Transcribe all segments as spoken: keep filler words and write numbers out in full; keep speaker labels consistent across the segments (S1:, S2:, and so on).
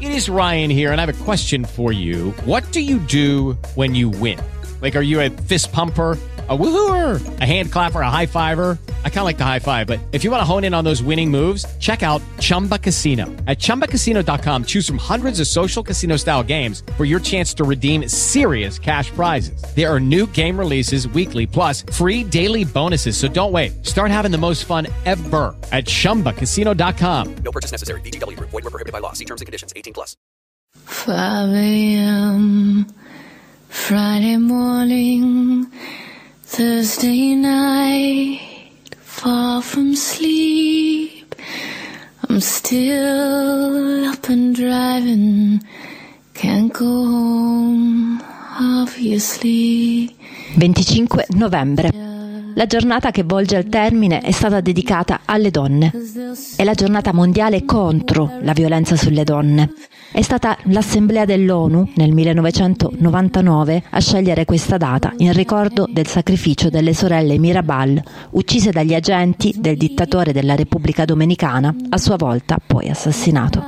S1: It is Ryan here, and I have a question for you. What do you do when you win? Like, are you a fist pumper, a woohooer, a hand clapper, a high fiver? I kind of like the high five, but if you want to hone in on those winning moves, check out Chumba Casino. At chumba casino dot com, choose from hundreds of social casino style games for your chance to redeem serious cash prizes. There are new game releases weekly, plus free daily bonuses. So don't wait. Start having the most fun ever at chumba casino dot com.
S2: No purchase necessary. V G W Group. Void where prohibited by law. See terms and conditions. eighteen plus.
S3: five a.m. Friday morning, Thursday night, far from sleep, I'm still up and driving, can't go home, obviously.
S4: venticinque novembre. La giornata che volge al termine è stata dedicata alle donne. È la giornata mondiale contro la violenza sulle donne. È stata l'Assemblea dell'ONU nel millenovecentonovantanove a scegliere questa data in ricordo del sacrificio delle sorelle Mirabal, uccise dagli agenti del dittatore della Repubblica Dominicana, a sua volta poi assassinato.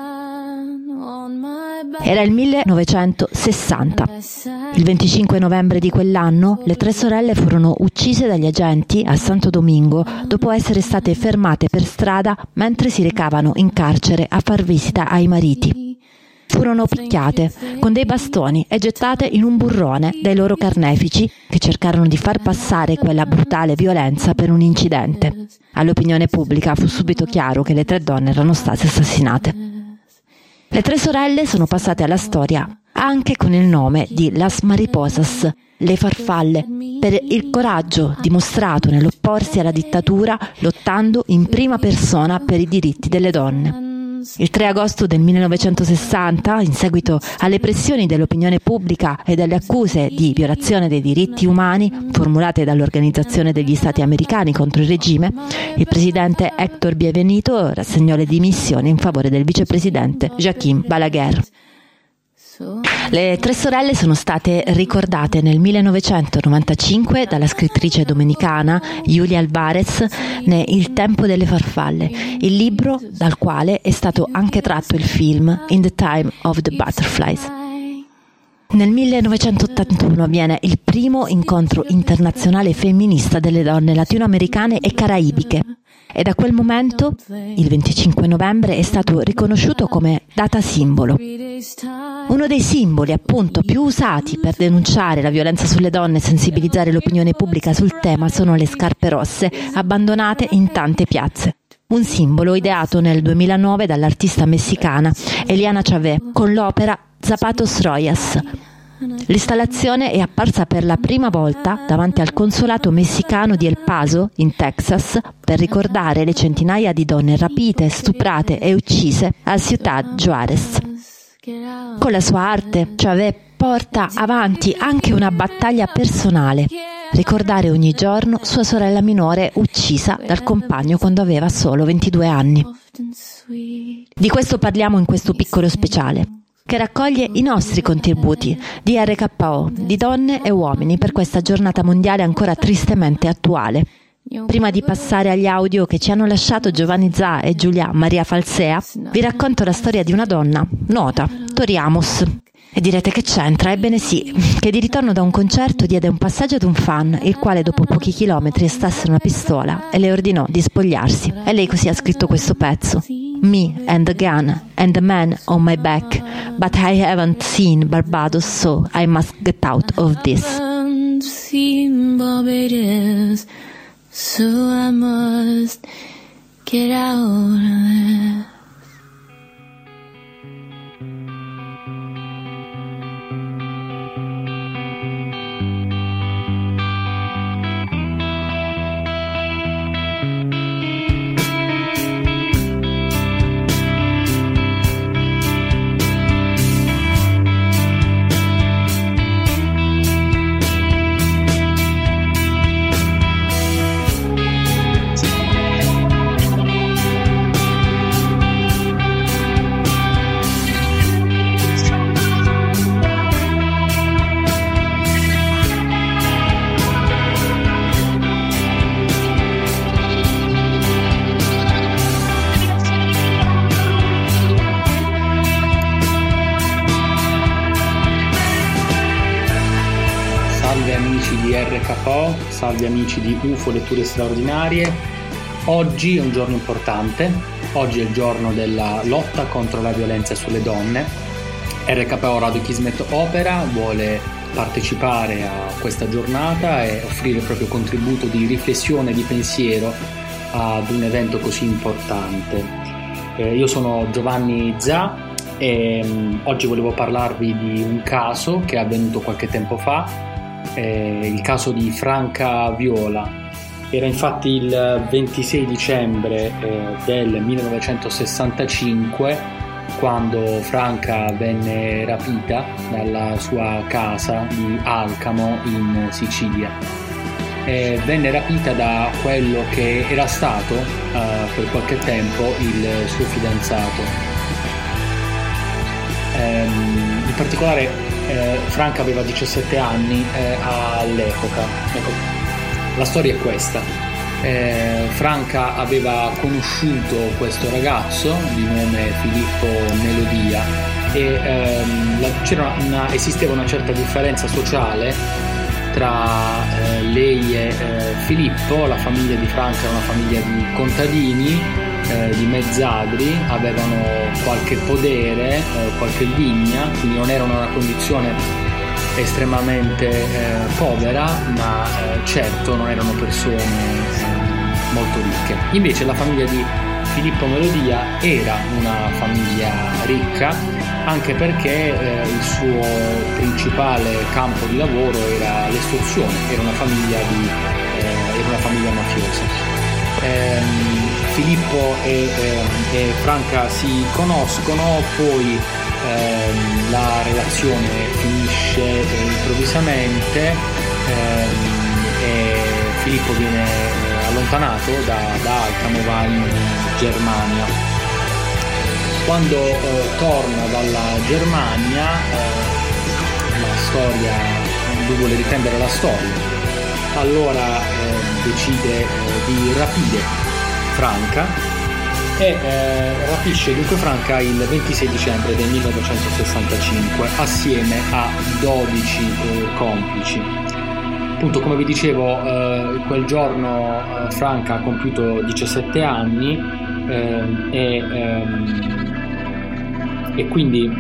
S4: Era il millenovecentosessanta. Il venticinque novembre di quell'anno le tre sorelle furono uccise dagli agenti a Santo Domingo dopo essere state fermate per strada mentre si recavano in carcere a far visita ai mariti. Furono picchiate con dei bastoni e gettate in un burrone dai loro carnefici che cercarono di far passare quella brutale violenza per un incidente. All'opinione pubblica fu subito chiaro che le tre donne erano state assassinate. Le tre sorelle sono passate alla storia anche con il nome di Las Mariposas, le farfalle, per il coraggio dimostrato nell'opporsi alla dittatura lottando in prima persona per i diritti delle donne. Il tre agosto del millenovecentosessanta, in seguito alle pressioni dell'opinione pubblica e delle accuse di violazione dei diritti umani formulate dall'Organizzazione degli Stati Americani contro il regime, il presidente Héctor Bienvenido rassegnò le dimissioni in favore del vicepresidente Joaquín Balaguer. Le tre sorelle sono state ricordate nel millenovecentonovantacinque dalla scrittrice dominicana Julia Alvarez ne Il tempo delle farfalle, il libro dal quale è stato anche tratto il film In the Time of the Butterflies. Nel millenovecentottantuno avviene il primo incontro internazionale femminista delle donne latinoamericane e caraibiche e da quel momento, il venticinque novembre, è stato riconosciuto come data simbolo. Uno dei simboli appunto più usati per denunciare la violenza sulle donne e sensibilizzare l'opinione pubblica sul tema sono le scarpe rosse, abbandonate in tante piazze. Un simbolo ideato nel duemilanove dall'artista messicana Eliana Chavez con l'opera Zapatos Royas. L'installazione è apparsa per la prima volta davanti al consolato messicano di El Paso, in Texas, per ricordare le centinaia di donne rapite, stuprate e uccise a Ciudad Juárez. Con la sua arte, Chavez porta avanti anche una battaglia personale: ricordare ogni giorno sua sorella minore uccisa dal compagno quando aveva solo ventidue anni. Di questo parliamo in questo piccolo speciale, che raccoglie i nostri contributi di R K O, di donne e uomini, per questa giornata mondiale ancora tristemente attuale. Prima di passare agli audio che ci hanno lasciato Giovanni Zà e Giulia Maria Falsea, vi racconto la storia di una donna nota, Tori Amos. E direte che c'entra? Ebbene sì, che di ritorno da un concerto diede un passaggio ad un fan, il quale dopo pochi chilometri estasse una pistola e le ordinò di spogliarsi. E lei così ha scritto questo pezzo: Me and the gun and the man on my back, but I haven't seen Barbados, so I must get out of this. So I must get out of this.
S5: amici di R K O, salve amici di U F O Letture Straordinarie. Oggi è un giorno importante, oggi è il giorno della lotta contro la violenza sulle donne. R K O Radio Kismet Opera vuole partecipare a questa giornata e offrire il proprio contributo di riflessione e di pensiero ad un evento così importante. Eh, io sono Giovanni Zà e um, oggi volevo parlarvi di un caso che è avvenuto qualche tempo fa, eh, il caso di Franca Viola. Era infatti il ventisei dicembre eh, del millenovecentosessantacinque quando Franca venne rapita dalla sua casa di Alcamo in Sicilia. E venne rapita da quello che era stato eh, per qualche tempo il suo fidanzato. In particolare eh, Franca aveva diciassette anni eh, all'epoca. Ecco, la storia è questa. Eh, Franca aveva conosciuto questo ragazzo di nome Filippo Melodia e ehm, la, c'era una, esisteva una certa differenza sociale tra eh, lei e eh, Filippo. La famiglia di Franca era una famiglia di contadini, Eh, di mezzadri, avevano qualche podere, eh, qualche vigna, quindi non erano in una condizione estremamente eh, povera, ma eh, certo non erano persone eh, molto ricche. Invece la famiglia di Filippo Melodia era una famiglia ricca, anche perché eh, il suo principale campo di lavoro era l'estorsione, era una famiglia, di, eh, era una famiglia mafiosa. Eh, Filippo e, eh, e Franca si conoscono, poi ehm, la relazione finisce eh, improvvisamente ehm, e Filippo viene eh, allontanato da, da Alcamo, va in Germania. Quando eh, torna dalla Germania eh, la storia, lui vuole riprendere la storia, allora eh, decide eh, di rapire Franca e eh, rapisce dunque Franca il ventisei dicembre del millenovecentosessantacinque assieme a dodici eh, complici. Appunto, come vi dicevo, eh, quel giorno eh, Franca ha compiuto diciassette anni eh, e, ehm, e quindi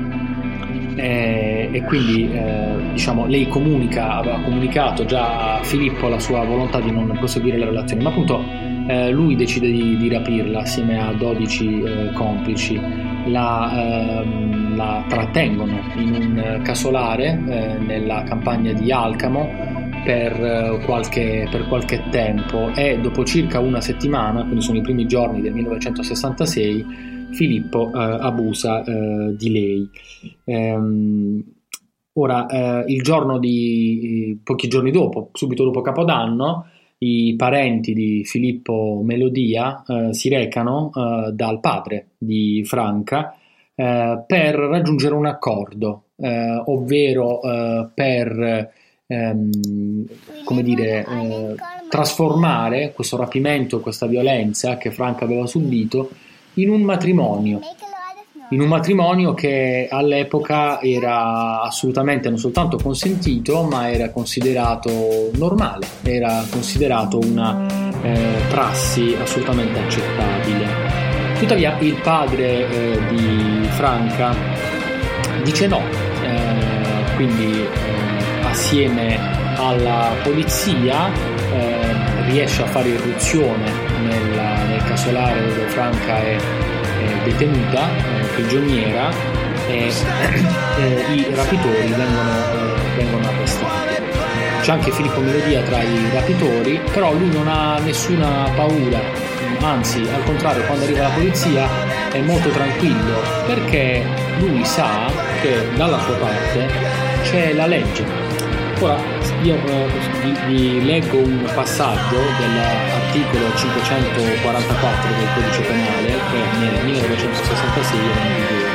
S5: eh, e quindi eh, diciamo lei comunica, aveva comunicato già a Filippo la sua volontà di non proseguire la relazione, ma appunto Eh, lui decide di, di rapirla assieme a dodici eh, complici. La, ehm, la trattengono in un casolare eh, nella campagna di Alcamo per, eh, qualche, per qualche tempo e dopo circa una settimana, quindi sono i primi giorni del millenovecentosessantasei, Filippo eh, abusa eh, di lei. Ehm, ora, eh, il giorno di pochi giorni dopo, subito dopo Capodanno, i parenti di Filippo Melodia eh, si recano eh, dal padre di Franca eh, per raggiungere un accordo, eh, ovvero eh, per ehm, come dire, eh, trasformare questo rapimento, questa violenza che Franca aveva subito in un matrimonio. In un matrimonio che all'epoca era assolutamente non soltanto consentito, ma era considerato normale, era considerato una eh, prassi assolutamente accettabile. Tuttavia il padre eh, di Franca dice no, eh, quindi eh, assieme alla polizia eh, riesce a fare irruzione nella, nel casolare dove Franca è detenuta, eh, prigioniera, e eh, i rapitori vengono, eh, vengono arrestati. C'è anche Filippo Melodia tra i rapitori, però lui non ha nessuna paura, anzi al contrario, quando arriva la polizia è molto tranquillo, perché lui sa che dalla sua parte c'è la legge. Ora io eh, vi, vi leggo un passaggio dell'articolo cinquecentoquarantaquattro del Codice Penale che nel millenovecentosessantasei era in vigore.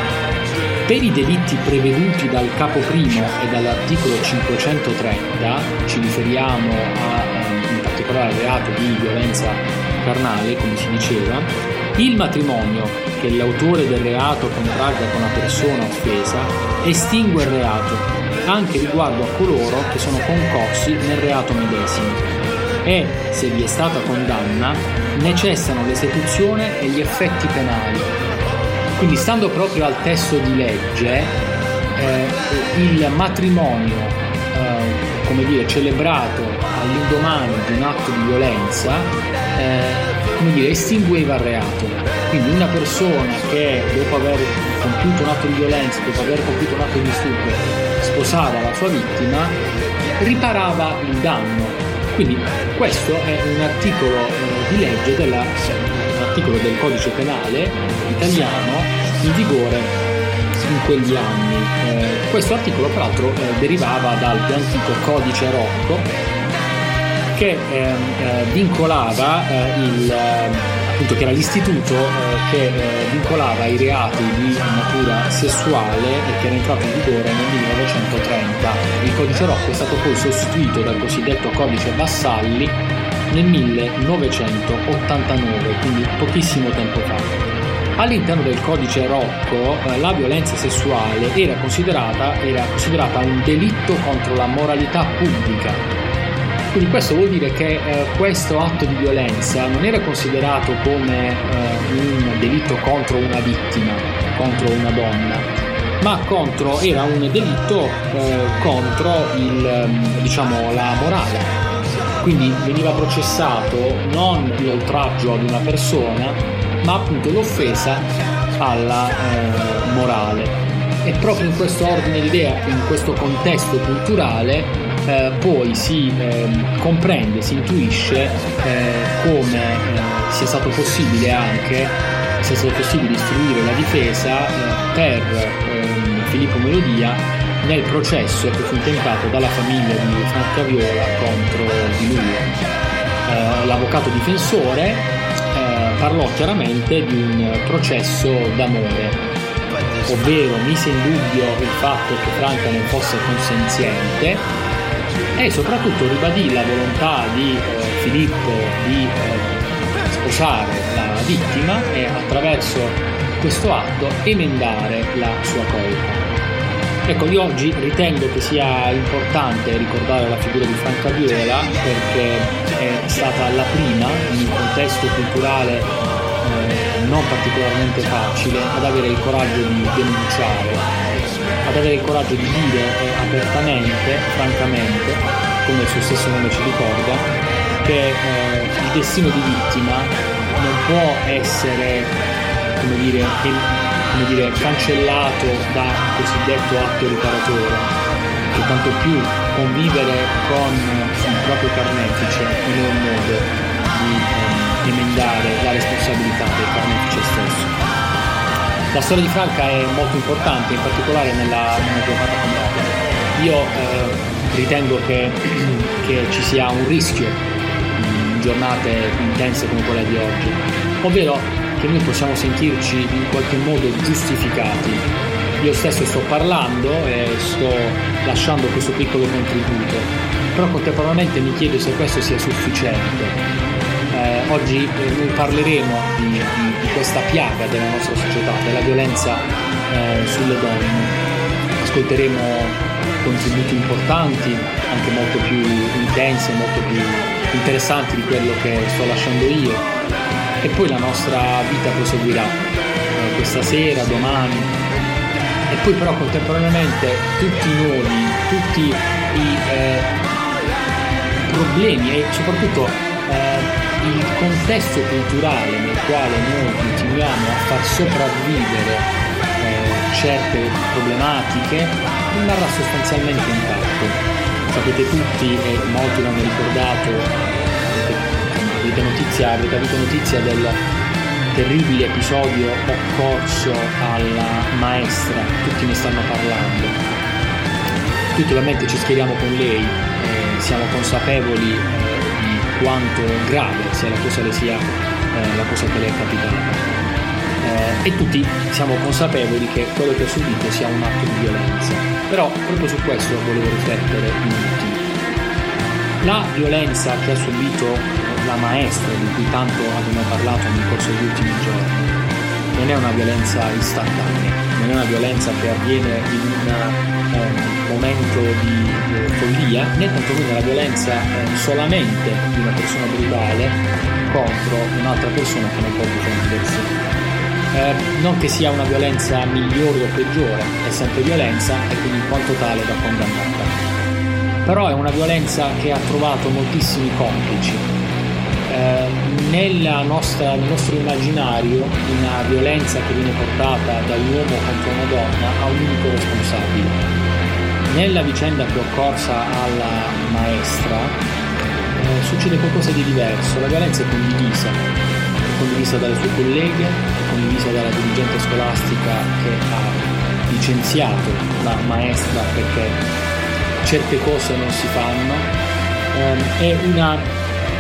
S5: Per i delitti preveduti dal capo primo e dall'articolo cinquecentotrenta, ci riferiamo a, in particolare al reato di violenza carnale, come si diceva, il matrimonio che l'autore del reato contragga con la persona offesa estingue il reato anche riguardo a coloro che sono concorsi nel reato medesimo e, se vi è stata condanna, necessitano l'esecuzione e gli effetti penali. Quindi, stando proprio al testo di legge, eh, il matrimonio, eh, come dire, celebrato all'indomani di un atto di violenza, eh, come dire, estingueva il reato. Quindi una persona che dopo aver compiuto un atto di violenza, dopo aver compiuto un atto di disturbo, sposava la sua vittima, riparava il danno. Quindi questo è un articolo eh, di legge della, un articolo del codice penale italiano in vigore in quegli anni. Eh, questo articolo peraltro eh, derivava dal più antico codice Rocco, che eh, eh, vincolava eh, il, eh, appunto che era l'istituto eh, che eh, vincolava i reati di natura sessuale e che era entrato in vigore nel millenovecentotrenta. Il codice Rocco è stato poi sostituito dal cosiddetto codice Vassalli nel millenovecentottantanove, quindi pochissimo tempo fa. All'interno del codice Rocco eh, la violenza sessuale era considerata, era considerata un delitto contro la moralità pubblica. Quindi questo vuol dire che eh, questo atto di violenza non era considerato come eh, un delitto contro una vittima, contro una donna, ma contro, era un delitto eh, contro il, diciamo, la morale. Quindi veniva processato non l'oltraggio ad una persona, ma appunto l'offesa alla eh, morale. E proprio in questo ordine di idea, in questo contesto culturale, Eh, poi si eh, comprende, si intuisce eh, come eh, sia stato possibile anche sia stato possibile istruire la difesa eh, per eh, Filippo Melodia nel processo che fu intentato dalla famiglia di Francaviola contro di lui. Eh, l'avvocato difensore eh, parlò chiaramente di un processo d'amore, ovvero mise in dubbio il fatto che Franca non fosse consenziente e soprattutto ribadì la volontà di eh, Filippo di eh, sposare la vittima e attraverso questo atto emendare la sua colpa. Ecco, io oggi ritengo che sia importante ricordare la figura di Francaviola perché è stata la prima in un contesto culturale eh, non particolarmente facile ad avere il coraggio di denunciare, ad avere il coraggio di dire eh, apertamente, francamente, come il suo stesso nome ci ricorda, che eh, il destino di vittima non può essere, come dire, che, come dire, cancellato da cosiddetto atto riparatore, che tanto più convivere con il proprio carnefice non è un modo di eh, emendare la responsabilità del carnefice stesso. La storia di Franca è molto importante, in particolare nella, nella giornata come oggi. Io eh, ritengo che, che ci sia un rischio in giornate intense come quella di oggi, ovvero che noi possiamo sentirci in qualche modo giustificati. Io stesso sto parlando e sto lasciando questo piccolo contributo, però contemporaneamente mi chiedo se questo sia sufficiente. Eh, oggi eh, noi parleremo di, di, di questa piaga della nostra società, della violenza eh, sulle donne. Ascolteremo contributi importanti, anche molto più intensi, molto più interessanti di quello che sto lasciando io, e poi la nostra vita proseguirà eh, questa sera, domani, e poi però contemporaneamente tutti i nodi, tutti i eh, problemi e soprattutto eh, il contesto culturale nel quale noi continuiamo a far sopravvivere eh, certe problematiche rimarrà sostanzialmente intatto. Sapete tutti, e molti l'hanno ricordato, avete, notizia, avete avuto notizia del terribile episodio occorso alla maestra, tutti ne stanno parlando, tutti ovviamente ci schieriamo con lei, eh, siamo consapevoli eh, quanto grave sia la cosa, le sia eh, la cosa che le è capitata eh, e tutti siamo consapevoli che quello che ha subito sia un atto di violenza. Però proprio su questo volevo riflettere un attimo. La violenza che ha subito la maestra, di cui tanto abbiamo parlato nel corso degli ultimi giorni, non è una violenza istantanea, non è una violenza che avviene in un eh, momento di eh, follia, né tantomeno la violenza eh, solamente di una persona brutale contro un'altra persona che non può difendersi. Eh, non che sia una violenza migliore o peggiore, è sempre violenza e quindi in quanto tale va condannata. Però è una violenza che ha trovato moltissimi complici. Eh, nella nostra, nel nostro immaginario una violenza che viene portata da un uomo contro una donna ha un unico responsabile. Nella vicenda che è occorsa alla maestra eh, succede qualcosa di diverso. La violenza è condivisa, è condivisa dalle sue colleghe, è condivisa dalla dirigente scolastica che ha licenziato la maestra perché certe cose non si fanno. Eh, è una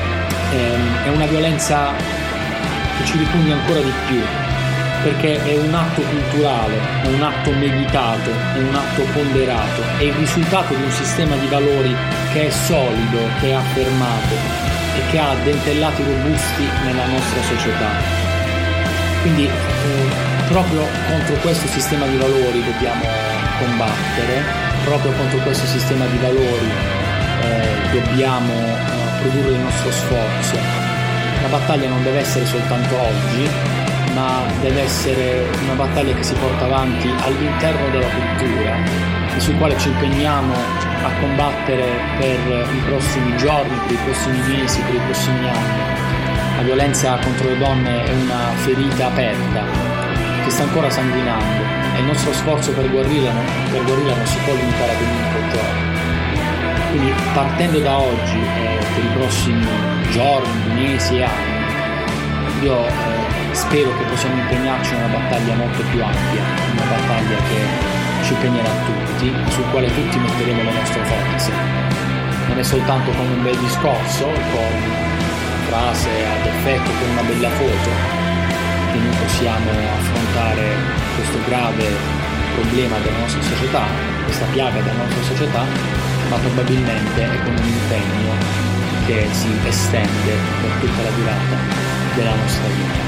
S5: è una violenza che ci ripugna ancora di più, perché è un atto culturale, è un atto meditato, è un atto ponderato, è il risultato di un sistema di valori che è solido, che è affermato e che ha dentellati robusti nella nostra società. Quindi eh, proprio contro questo sistema di valori dobbiamo combattere, proprio contro questo sistema di valori eh, dobbiamo eh, produrre il nostro sforzo. La battaglia non deve essere soltanto oggi, ma deve essere una battaglia che si porta avanti all'interno della cultura e sul quale ci impegniamo a combattere per i prossimi giorni, per i prossimi mesi, per i prossimi anni. La violenza contro le donne è una ferita aperta che sta ancora sanguinando e il nostro sforzo per guarirla, per guarirla non si può limitare ad un unico giorno. Quindi partendo da oggi e per i prossimi giorni, mesi e anni, io eh, spero che possiamo impegnarci in una battaglia molto più ampia, una battaglia che ci impegnerà tutti, sul quale tutti metteremo le nostre forze. Non è soltanto con un bel discorso, con una frase ad effetto, con una bella foto, che noi possiamo affrontare questo grave problema della nostra società, questa piaga della nostra società, ma probabilmente è con un impegno che si estende per tutta la durata della nostra vita.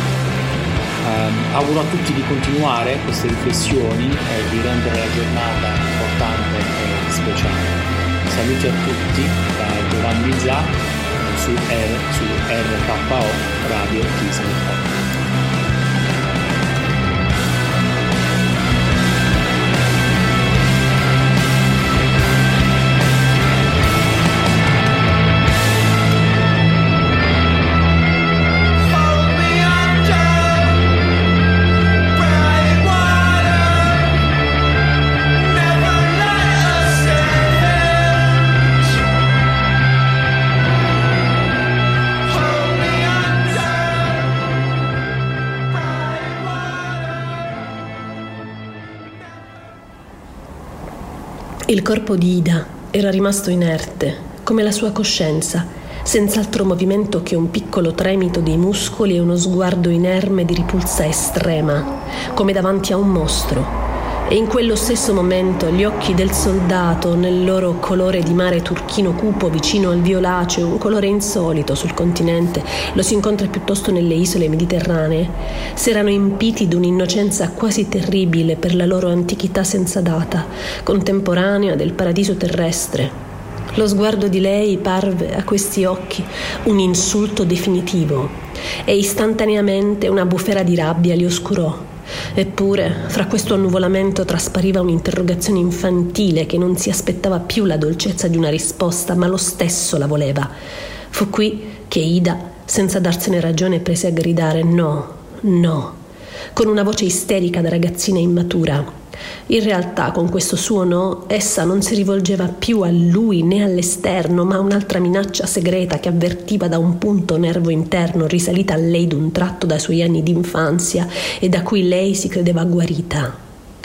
S5: Um, auguro a tutti di continuare queste riflessioni e di rendere la giornata importante e speciale. Saluti a tutti da Giovanni Bizzà su, R, su R K O Radio Disney.
S6: Il corpo di Ida era rimasto inerte, come la sua coscienza, senza altro movimento che un piccolo tremito dei muscoli e uno sguardo inerme di ripulsa estrema, come davanti a un mostro. E in quello stesso momento gli occhi del soldato, nel loro colore di mare turchino cupo vicino al violaceo, un colore insolito sul continente, lo si incontra piuttosto nelle isole mediterranee, si erano empiti d'un'innocenza quasi terribile per la loro antichità senza data, contemporanea del paradiso terrestre. Lo sguardo di lei parve a questi occhi un insulto definitivo e istantaneamente una bufera di rabbia li oscurò. Eppure, fra questo annuvolamento traspariva un'interrogazione infantile che non si aspettava più la dolcezza di una risposta, ma lo stesso la voleva. Fu qui che Ida, senza darsene ragione, prese a gridare no, no, con una voce isterica da ragazzina immatura. In realtà, con questo suo no, essa non si rivolgeva più a lui né all'esterno, ma a un'altra minaccia segreta che avvertiva da un punto nervo interno risalita a lei d'un tratto dai suoi anni d'infanzia e da cui lei si credeva guarita.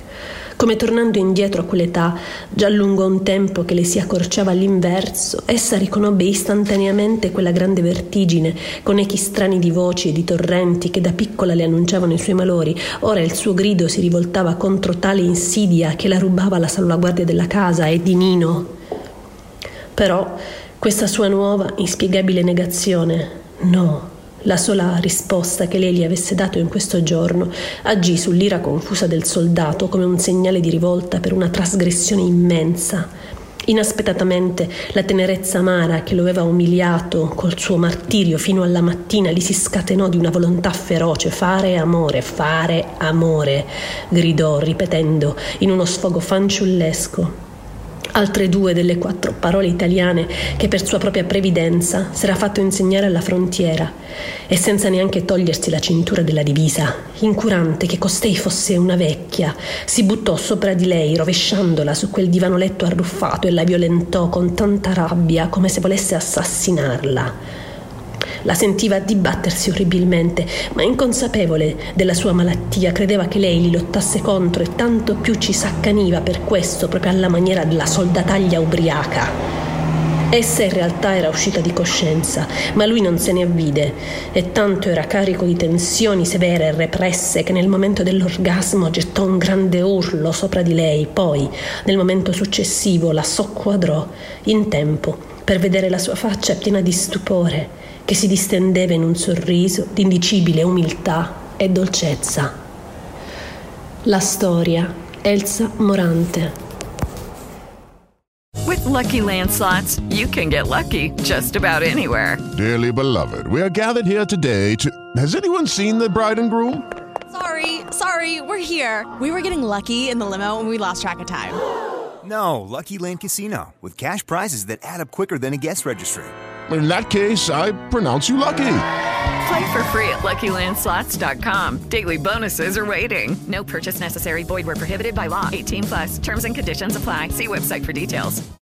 S6: Come tornando indietro a quell'età, già lungo un tempo che le si accorciava all'inverso, essa riconobbe istantaneamente quella grande vertigine, con echi strani di voci e di torrenti che da piccola le annunciavano i suoi malori. Ora il suo grido si rivoltava contro tale insidia che la rubava la salvaguardia della casa e di Nino. Però questa sua nuova, inspiegabile negazione, no, La sola risposta che lei gli avesse dato in questo giorno agì sull'ira confusa del soldato come un segnale di rivolta per una trasgressione immensa. Inaspettatamente la tenerezza amara che lo aveva umiliato col suo martirio fino alla mattina gli si scatenò di una volontà feroce. Fare amore, fare amore, gridò ripetendo in uno sfogo fanciullesco altre due delle quattro parole italiane che per sua propria previdenza s'era fatto insegnare alla frontiera, e senza neanche togliersi la cintura della divisa, incurante che costei fosse una vecchia, si buttò sopra di lei rovesciandola su quel divano letto arruffato e la violentò con tanta rabbia come se volesse assassinarla. La sentiva dibattersi orribilmente, ma inconsapevole della sua malattia credeva che lei gli lottasse contro e tanto più ci s'accaniva per questo, proprio alla maniera della soldataglia ubriaca. Essa in realtà era uscita di coscienza, ma lui non se ne avvide, e tanto era carico di tensioni severe e represse che nel momento dell'orgasmo gettò un grande urlo sopra di lei. Poi, nel momento successivo, la socquadrò in tempo per vedere la sua faccia piena di stupore, che si distendeva in un sorriso di indicibile umiltà e dolcezza. La storia, Elsa Morante.
S7: With Lucky Land Slots, you can get lucky just about anywhere.
S8: Dearly beloved, we are gathered here today to... Has anyone seen the bride and groom?
S9: Sorry, sorry, we're here. We were getting lucky in the limo and we lost track of time.
S10: No, Lucky Land Casino, with cash prizes that add up quicker than a guest registry.
S8: In that case, I pronounce you lucky.
S7: Play for free at Lucky Land Slots dot com. Daily bonuses are waiting. No purchase necessary. Void where prohibited by law. eighteen plus. Terms and conditions apply. See website for details.